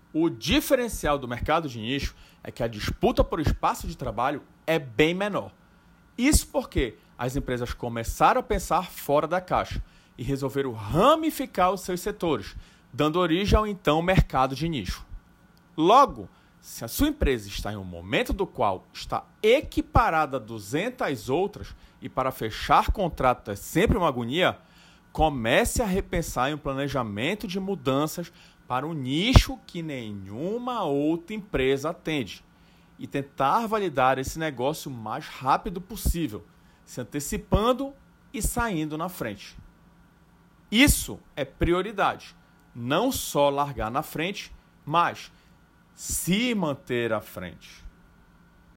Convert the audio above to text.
O diferencial do mercado de nicho é que a disputa por espaço de trabalho é bem menor. Isso porque as empresas começaram a pensar fora da caixa e resolveram ramificar os seus setores, dando origem ao então mercado de nicho. Logo, se a sua empresa está em um momento do qual está equiparada a 200 outras e para fechar contrato é sempre uma agonia, comece a repensar em um planejamento de mudanças para um nicho que nenhuma outra empresa atende e tentar validar esse negócio o mais rápido possível, se antecipando e saindo na frente. Isso é prioridade, não só largar na frente, mas se manter à frente.